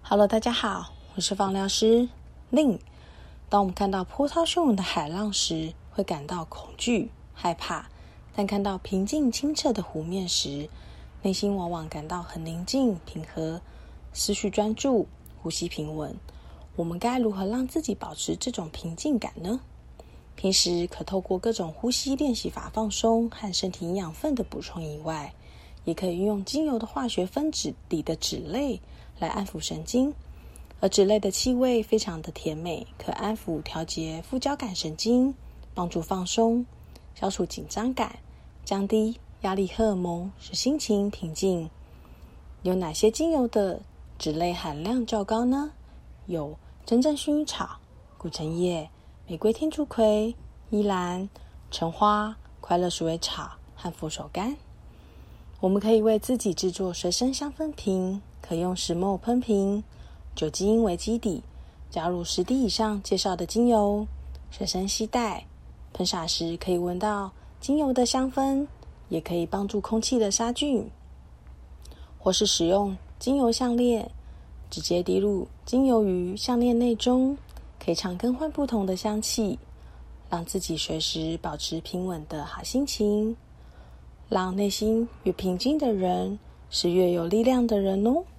Hello， 大家好，我是芳疗师 Lin。当我们看到波涛汹涌的海浪时，会感到恐惧、害怕；但看到平静清澈的湖面时，内心往往感到很宁静、平和，思绪专注，呼吸平稳。我们该如何让自己保持这种平静感呢？平时可透过各种呼吸练习法放松和身体营养分的补充以外，也可以运用精油的化学分子里的脂类来安抚神经，而脂类的气味非常的甜美，可安抚调节副交感神经，帮助放松，消除紧张感，降低压力荷尔蒙，使心情平静。有哪些精油的脂类含量较高呢？有真正薰衣草、古城叶、玫瑰天竺葵、依兰、橙花、快乐鼠尾草和佛手柑。我们可以为自己制作随身香氛瓶，可用10ml喷瓶，酒精为基底，加入10滴以上介绍的精油，随身携带。喷洒时可以闻到精油的香氛，也可以帮助空气的杀菌。或是使用精油项链，直接滴入精油于项链内中，可以常更换不同的香气，让自己随时保持平稳的好心情。让内心越平静的人，是越有力量的人哦。